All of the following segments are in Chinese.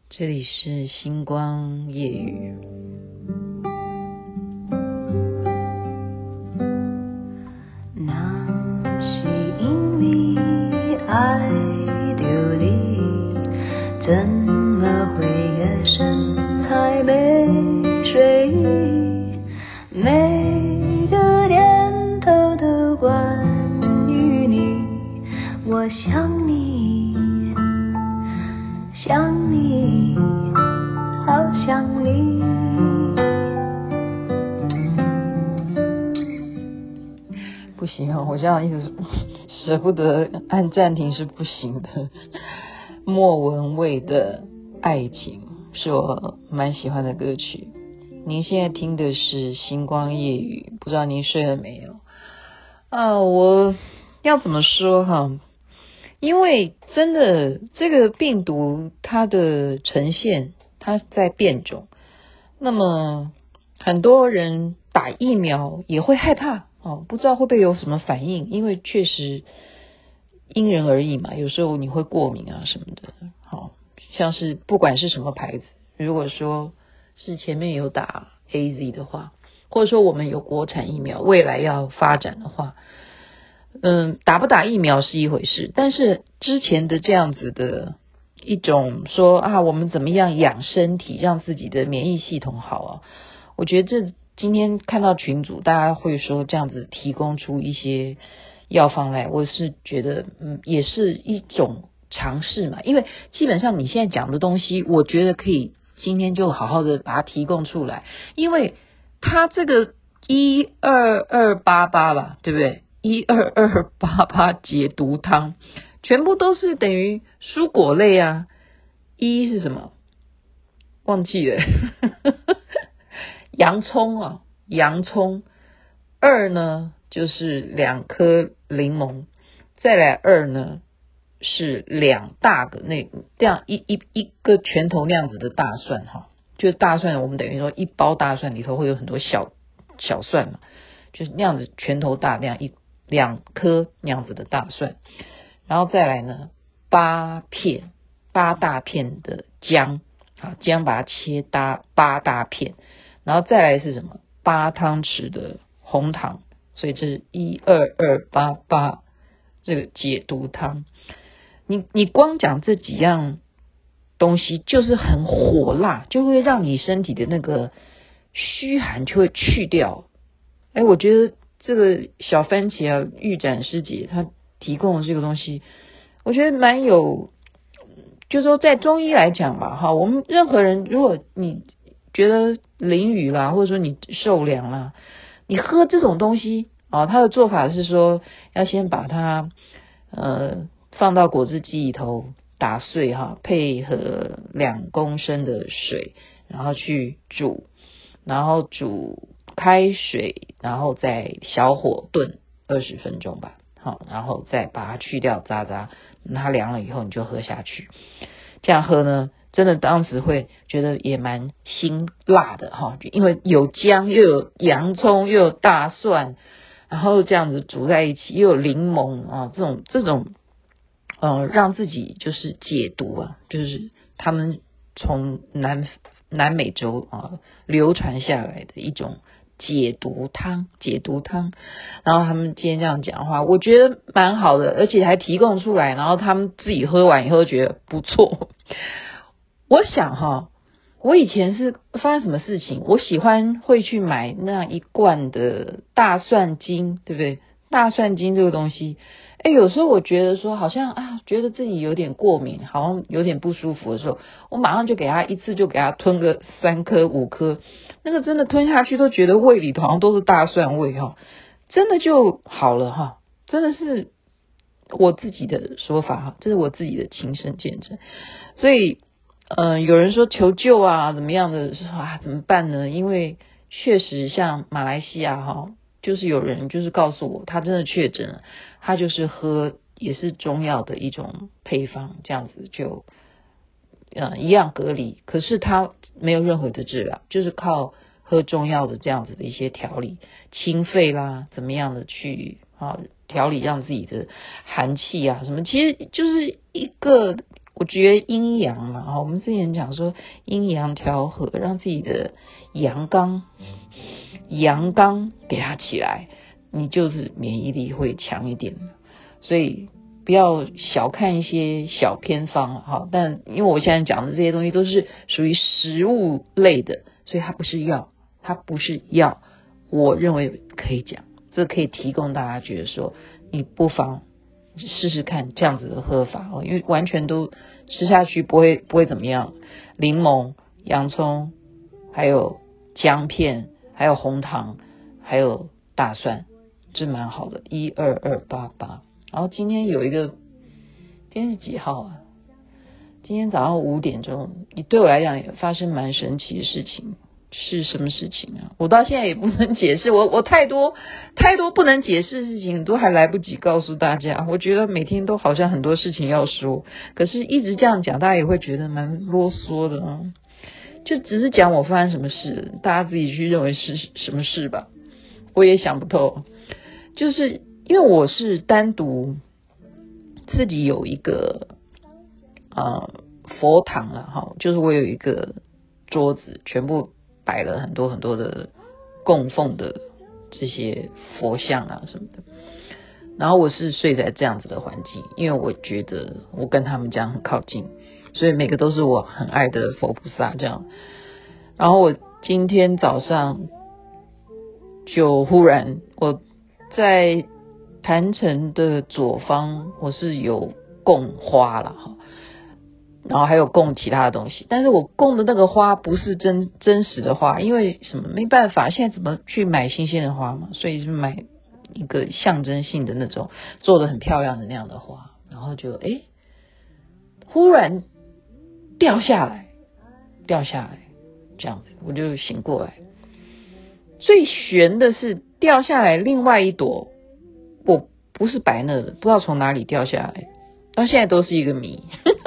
这里是星光夜语。 那是因为爱着你，怎么会夜深还没睡意？每个念头都关于你，我想你，想你，好想你。 不行哦，我这样一直舍不得按暂停是不行的。莫文蔚的爱情是我蛮喜欢的歌曲。您现在听的是星光夜语，不知道您睡了没有啊？我要怎么说哈？因为真的这个病毒它的呈现它在变种，那么很多人打疫苗也会害怕不知道会不会有什么反应，因为确实因人而异嘛，有时候你会过敏啊什么的。像是不管是什么牌子，如果说是前面有打 AZ 的话，或者说我们有国产疫苗未来要发展的话，打不打疫苗是一回事，但是之前的这样子的一种说我们怎么样养身体，让自己的免疫系统好啊，我觉得今天看到群组大家会说这样子提供出一些药方来，我是觉得也是一种尝试嘛，因为基本上你现在讲的东西我觉得可以今天就好好的把它提供出来，因为它这个12288吧，对不对？12288解毒汤全部都是等于蔬果类啊。一是什么忘记了洋葱。二呢就是2颗柠檬，再来2呢是2大个这样一个拳头那样子的大蒜就是大蒜，我们等于说一包大蒜里头会有很多小蒜嘛，就是那样子拳头大那样2颗那样子的大蒜，然后再来呢8大片的姜，姜把它切8大片，然后再来是什么8汤匙的红糖，所以这是12288这个解毒汤。你光讲这几样东西就是很火辣，就会让你身体的那个虚寒就会去掉。我觉得这个小番茄玉展师姐她提供的这个东西，我觉得蛮有，就是说在中医来讲吧我们任何人如果你觉得淋雨啦，或者说你受凉啦，你喝这种东西它的做法是说要先把它放到果汁机里头打碎配合2公升的水，然后去煮，然后煮开水，然后再小火炖20分钟吧，然后再把它去掉渣渣，它凉了以后你就喝下去。这样喝呢真的当时会觉得也蛮辛辣的因为有姜又有洋葱又有大蒜，然后这样子煮在一起，又有柠檬这种让自己就是解毒就是他们从南美洲流传下来的一种解毒汤。然后他们今天这样讲话我觉得蛮好的，而且还提供出来，然后他们自己喝完以后觉得不错。我想我以前是发生什么事情，我喜欢会去买那一罐的大蒜精，对不对？大蒜精这个东西有时候我觉得说好像觉得自己有点过敏，好像有点不舒服的时候，我马上就给他一次就给他吞个3颗5颗，那个真的吞下去都觉得胃里头好像都是大蒜味真的就好了真的是我自己的说法这是我自己的亲身见证。所以有人说求救怎么样的怎么办呢？因为确实像马来西亚就是有人就是告诉我他真的确诊了，他就是喝也是中药的一种配方，这样子就一样隔离，可是他没有任何的治疗，就是靠喝中药的这样子的一些调理，清肺啦怎么样的去调理让自己的寒气什么，其实就是一个我觉得阴阳嘛，我们之前讲说阴阳调和，让自己的阳刚给它起来，你就是免疫力会强一点。所以不要小看一些小偏方，但因为我现在讲的这些东西都是属于食物类的，所以它不是药，我认为可以讲，这可以提供大家觉得说，你不妨试试看这样子的喝法，因为完全都吃下去不会怎么样。柠檬、洋葱，还有姜片，还有红糖，还有大蒜，这蛮好的。12288。然后今天有一个，今天是几号啊？今天早上5点钟，你对我来讲也发生蛮神奇的事情。是什么事情啊？我到现在也不能解释，我太多不能解释的事情都还来不及告诉大家。我觉得每天都好像很多事情要说，可是一直这样讲，大家也会觉得蛮啰嗦的啊。就只是讲我发生什么事，大家自己去认为是什么事吧，我也想不透。就是因为我是单独自己有一个佛堂了，就是我有一个桌子，全部摆了很多很多的供奉的这些佛像啊什么的。然后我是睡在这样子的环境，因为我觉得我跟他们这样很靠近，所以每个都是我很爱的佛菩萨这样。然后我今天早上就忽然，我在坛城的左方我是有供花了，然后还有供其他的东西，但是我供的那个花不是真实的花，因为什么没办法，现在怎么去买新鲜的花嘛，所以就买一个象征性的那种做得很漂亮的那样的花，然后就忽然掉下来这样子，我就醒过来。最悬的是掉下来另外一朵，我不是白那的，不知道从哪里掉下来，到现在都是一个谜。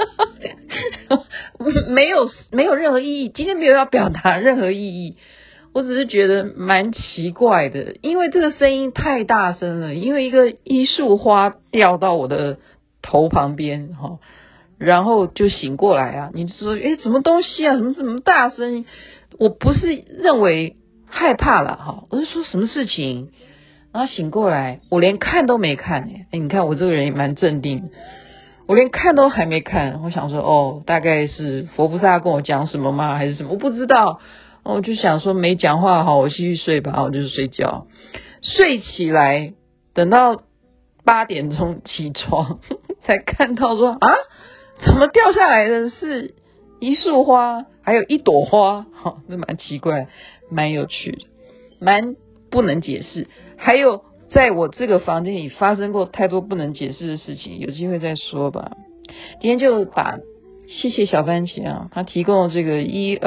没有任何意义，今天没有要表达任何意义，我只是觉得蛮奇怪的，因为这个声音太大声了，因为一个一束花掉到我的头旁边，然后就醒过来啊，你就说什么东西啊，怎么大声？我不是认为害怕了，我是说什么事情，然后醒过来，我连看都没看，你看我这个人也蛮镇定，我连看都还没看，我想说大概是佛菩萨跟我讲什么吗还是什么，我不知道，我就想说没讲话，好，我继续睡吧，我就是睡觉。睡起来等到8点钟起床才看到说怎么掉下来的是一束花还有一朵花，这蛮奇怪，蛮有趣的，蛮不能解释。还有在我这个房间里发生过太多不能解释的事情，有机会再说吧。今天就谢谢小番茄啊，他提供了这个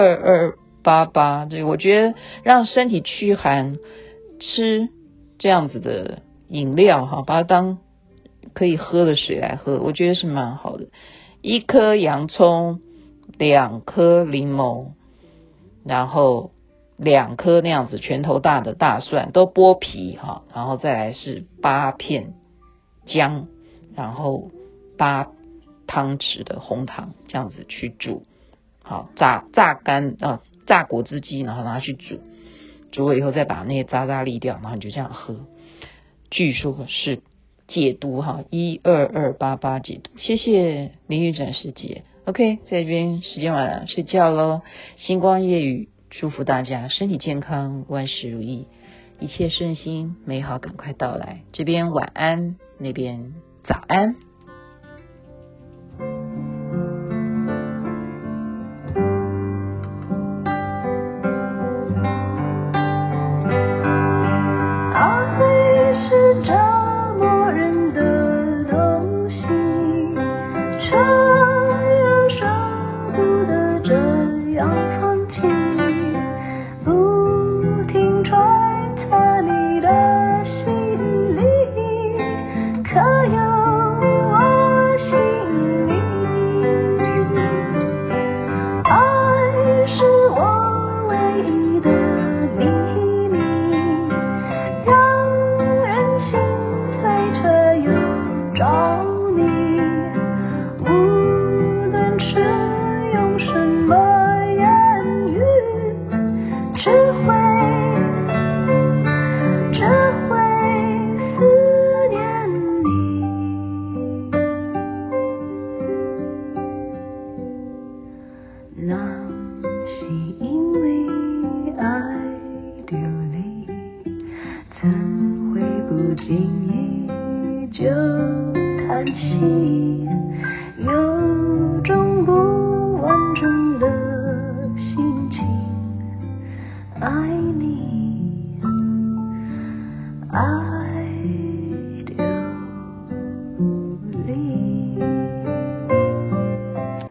12288，这个我觉得让身体驱寒，吃这样子的饮料把它当可以喝的水来喝，我觉得是蛮好的。1颗洋葱，2颗柠檬，然后2颗那样子拳头大的大蒜都剥皮然后再来是8片姜，然后8汤匙的红糖，这样子去煮，好榨干榨果汁机，然后拿去煮了以后再把那些渣沥掉，然后你就这样喝，据说是解毒12288解毒。谢谢林玉展师姐。 OK， 在这边时间晚了，睡觉咯，星光夜语祝福大家身体健康，万事如意，一切顺心，美好赶快到来。这边晚安，那边早安。 可有如今依旧叹息，有种不完整的心情。爱